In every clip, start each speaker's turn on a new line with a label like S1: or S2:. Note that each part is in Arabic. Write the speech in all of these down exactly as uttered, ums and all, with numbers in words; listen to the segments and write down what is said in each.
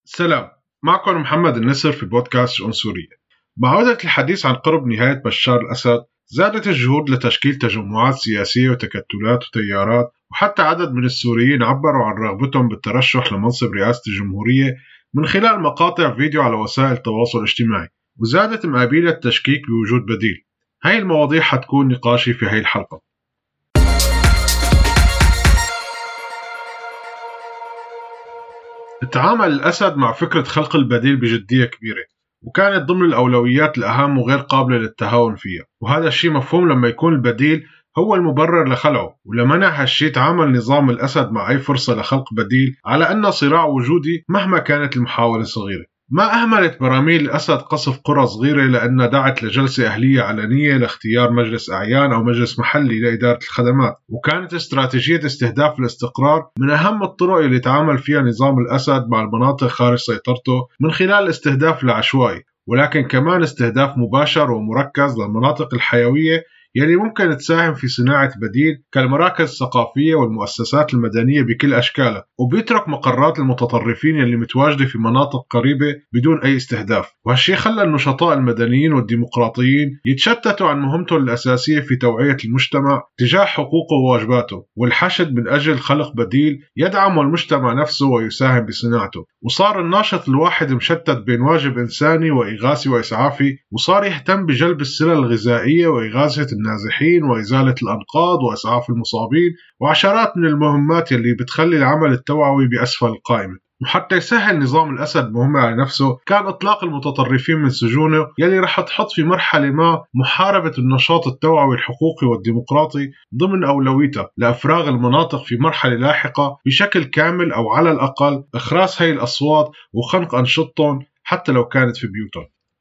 S1: سلام، معكم محمد النسر في بودكاست شؤون سوريا. مع عودة الحديث عن قرب نهاية بشار الأسد، زادت الجهود لتشكيل تجمعات سياسية وتكتلات وتيارات، وحتى عدد من السوريين عبروا عن رغبتهم بالترشح لمنصب رئاسة الجمهورية من خلال مقاطع فيديو على وسائل التواصل الاجتماعي، وزادت مقابل التشكيك بوجود بديل. هاي المواضيع حتكون نقاشي في هاي الحلقة. تعامل الأسد مع فكرة خلق البديل بجدية كبيرة، وكانت ضمن الأولويات الأهم وغير قابلة للتهاون فيها، وهذا الشيء مفهوم لما يكون البديل هو المبرر لخلقه. ولمنع هالشيء تعامل نظام الأسد مع أي فرصة لخلق بديل على أنه صراع وجودي مهما كانت المحاولة صغيرة. ما أهملت براميل الأسد قصف قرى صغيرة لأنها دعت لجلسة أهلية علنية لاختيار مجلس أعيان أو مجلس محلي لإدارة الخدمات، وكانت استراتيجية استهداف الاستقرار من أهم الطرق اللي تعامل فيها نظام الأسد مع المناطق خارج سيطرته من خلال الاستهداف العشوائي، ولكن كمان استهداف مباشر ومركز للمناطق الحيوية يلي ممكن تساهم في صناعة بديل كالمراكز الثقافية والمؤسسات المدنية بكل أشكالها، وبيترك مقرات المتطرفين يلي متواجدة في مناطق قريبة بدون أي استهداف. وهالشي خلى النشطاء المدنيين والديمقراطيين يتشتتوا عن مهمتهم الأساسية في توعية المجتمع تجاه حقوقه وواجباته، والحشد من أجل خلق بديل يدعم المجتمع نفسه ويساهم بصناعته. وصار الناشط الواحد مشتت بين واجب إنساني وإغاثي وإسعافي، وصار يهتم بجلب السلع الغذائية وإغاثة النازحين وإزالة الأنقاض وإسعاف المصابين، وعشرات من المهمات يلي بتخلي العمل التوعوي بأسفل القائمة. وحتى يسهل نظام الأسد مهمة على نفسه، كان إطلاق المتطرفين من سجونه يلي رح تحط في مرحلة ما محاربة النشاط التوعوي الحقوقي والديمقراطي ضمن أولويته لإفراغ المناطق في مرحلة لاحقة بشكل كامل، أو على الأقل إخراس هاي الأصوات وخنق أنشطتهم حتى لو كانت في بيوتهم.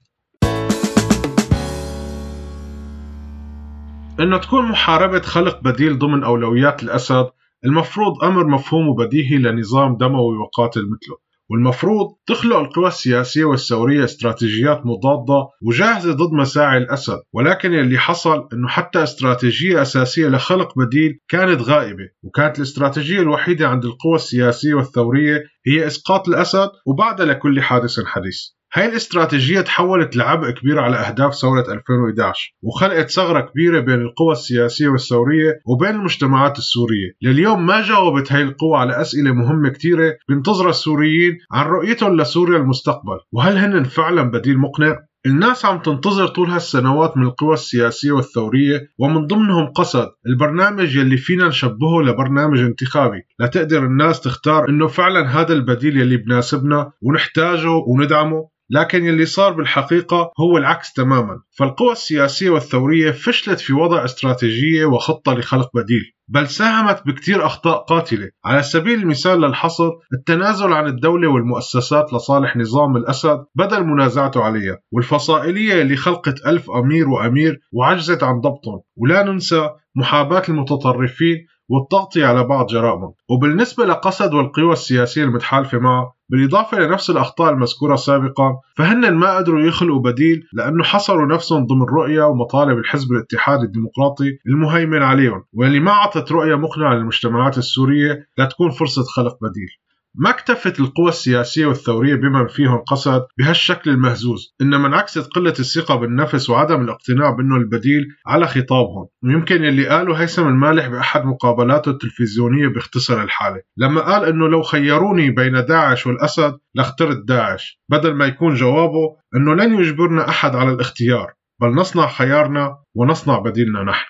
S1: إنه تكون محاربة خلق بديل ضمن أولويات الأسد المفروض أمر مفهوم وبديهي لنظام دموي وقاتل مثله، والمفروض تخلق القوى السياسية والثورية استراتيجيات مضادة وجاهزة ضد مساعي الأسد. ولكن اللي حصل إنه حتى استراتيجية أساسية لخلق بديل كانت غائبة، وكانت الاستراتيجية الوحيدة عند القوى السياسية والثورية هي إسقاط الأسد وبعدها لكل حادث حديث. هاي الاستراتيجية تحولت لعبء كبير على أهداف ثورة ألفين وإحدى عشر، وخلقت ثغرة كبيرة بين القوى السياسية والثورية وبين المجتمعات السورية. لليوم ما جاوبت هاي القوى على أسئلة مهمة كتيرة بينتظرها السوريين عن رؤيتهم لسوريا المستقبل، وهل هن فعلا بديل مقنع؟ الناس عم تنتظر طول هالسنوات من القوى السياسية والثورية، ومن ضمنهم قصد البرنامج يلي فينا نشبهه لبرنامج انتخابي لتقدر الناس تختار إنه فعلا هذا البديل يلي بناسبنا ونحتاجه وندعمه. لكن يلي صار بالحقيقة هو العكس تماما. فالقوى السياسية والثورية فشلت في وضع استراتيجية وخطة لخلق بديل، بل ساهمت بكتير أخطاء قاتلة. على سبيل المثال للحصر، التنازل عن الدولة والمؤسسات لصالح نظام الأسد بدل منازعته عليها، والفصائلية اللي خلقت ألف أمير وأمير وعجزت عن ضبطهم، ولا ننسى محاباة المتطرفين والتغطية على بعض جرائمهم. وبالنسبة لقسد والقوى السياسية المتحالفة معه، بالإضافة لنفس الأخطاء المذكورة سابقا، فهن ما قدروا يخلقوا بديل لأنه حصروا نفسهم ضمن رؤية ومطالب الحزب الاتحادي الديمقراطي المهيمن عليهم، واللي ما عطت رؤية مقنعة للمجتمعات السورية لتكون فرصة خلق بديل. ما اكتفت القوى السياسية والثورية بمن فيهم قسد بهالشكل المهزوز، إنما انعكست قلة الثقة بالنفس وعدم الاقتناع بأنه البديل على خطابهم. ويمكن اللي قاله هيثم المالح بأحد مقابلاته التلفزيونية باختصر الحالة لما قال إنه لو خيروني بين داعش والأسد لاخترت داعش، بدل ما يكون جوابه إنه لن يجبرنا أحد على الاختيار، بل نصنع خيارنا ونصنع بديلنا نحن.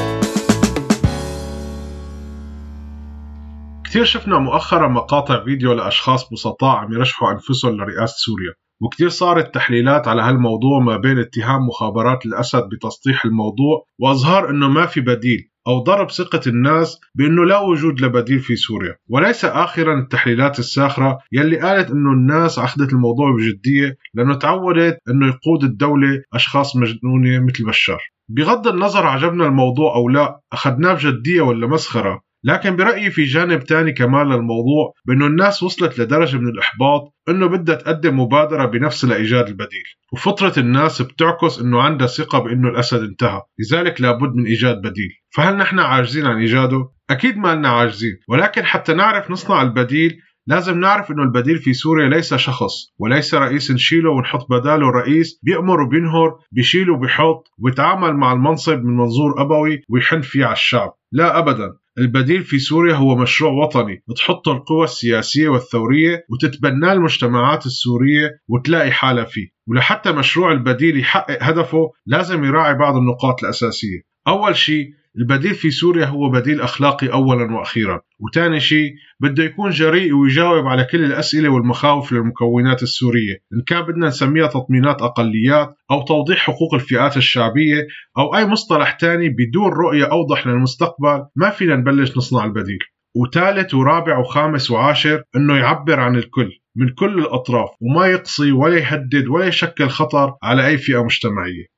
S1: كتير شفنا مؤخرا مقاطع فيديو لأشخاص بسطاء عم يرشحوا أنفسهم لرئاسة سوريا، وكتير صارت تحليلات على هالموضوع ما بين اتهام مخابرات الأسد بتسطيح الموضوع وإظهار أنه ما في بديل، أو ضرب ثقة الناس بأنه لا وجود لبديل في سوريا. وليس آخرا التحليلات الساخرة يلي قالت أنه الناس أخذت الموضوع بجدية لأنه تعودت أنه يقود الدولة أشخاص مجنونة مثل بشار. بغض النظر عجبنا الموضوع أو لا، أخذناه بجدية ولا مسخرة، لكن برأيي في جانب تاني كمان للموضوع، بأنه الناس وصلت لدرجة من الإحباط أنه بدها تقدم مبادرة بنفس لإيجاد البديل، وفطرة الناس بتعكس أنه عندها ثقة بأنه الأسد انتهى، لذلك لابد من إيجاد بديل. فهل نحن عاجزين عن إيجاده؟ أكيد ما لنا عاجزين، ولكن حتى نعرف نصنع البديل لازم نعرف إنه البديل في سوريا ليس شخص وليس رئيس نشيله ونحط بداله رئيس بيأمر وبينهر بيشيل وبيحط ويتعامل مع المنصب من منظور أبوي ويحن فيه على الشعب. لا أبدا، البديل في سوريا هو مشروع وطني تحط القوى السياسية والثورية وتتبناه المجتمعات السورية وتلاقي حالها فيه. ولحتى مشروع البديل يحقق هدفه لازم يراعي بعض النقاط الأساسية. أول شيء، البديل في سوريا هو بديل أخلاقي أولا وأخيرا، وتاني شيء بده يكون جريء ويجاوب على كل الأسئلة والمخاوف للمكونات السورية، إن كان بدنا نسميها تطمينات أقليات أو توضيح حقوق الفئات الشعبية أو أي مصطلح تاني. بدون رؤية أوضح للمستقبل ما فينا نبلش نصنع البديل. وثالث ورابع وخامس وعاشر إنه يعبر عن الكل من كل الأطراف وما يقصي ولا يهدد ولا يشكل خطر على أي فئة مجتمعية.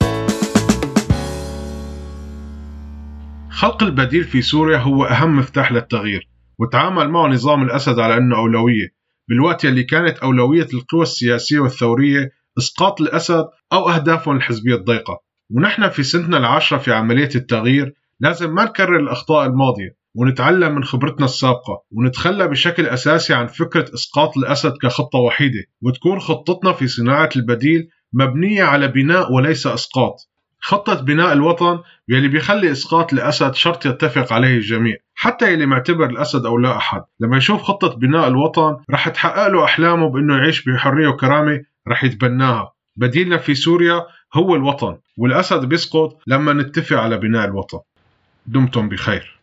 S1: خلق البديل في سوريا هو أهم مفتاح للتغيير، وتعامل معه نظام الأسد على أنه أولوية، بالوقت اللي كانت أولوية القوى السياسية والثورية إسقاط الأسد أو أهدافهم الحزبية الضيقة. ونحن في سنتنا العاشرة في عملية التغيير لازم ما نكرر الأخطاء الماضية ونتعلم من خبرتنا السابقة ونتخلى بشكل أساسي عن فكرة إسقاط الأسد كخطة وحيدة، وتكون خطتنا في صناعة البديل مبنية على بناء وليس إسقاط. خطة بناء الوطن يلي بيخلي إسقاط الأسد شرط يتفق عليه الجميع، حتى يلي معتبر الأسد أو لا أحد. لما يشوف خطة بناء الوطن رح تحقق له أحلامه بأنه يعيش بحرية وكرامة، رح يتبناها. بديلنا في سوريا هو الوطن، والأسد بيسقط لما نتفق على بناء الوطن. دمتم بخير.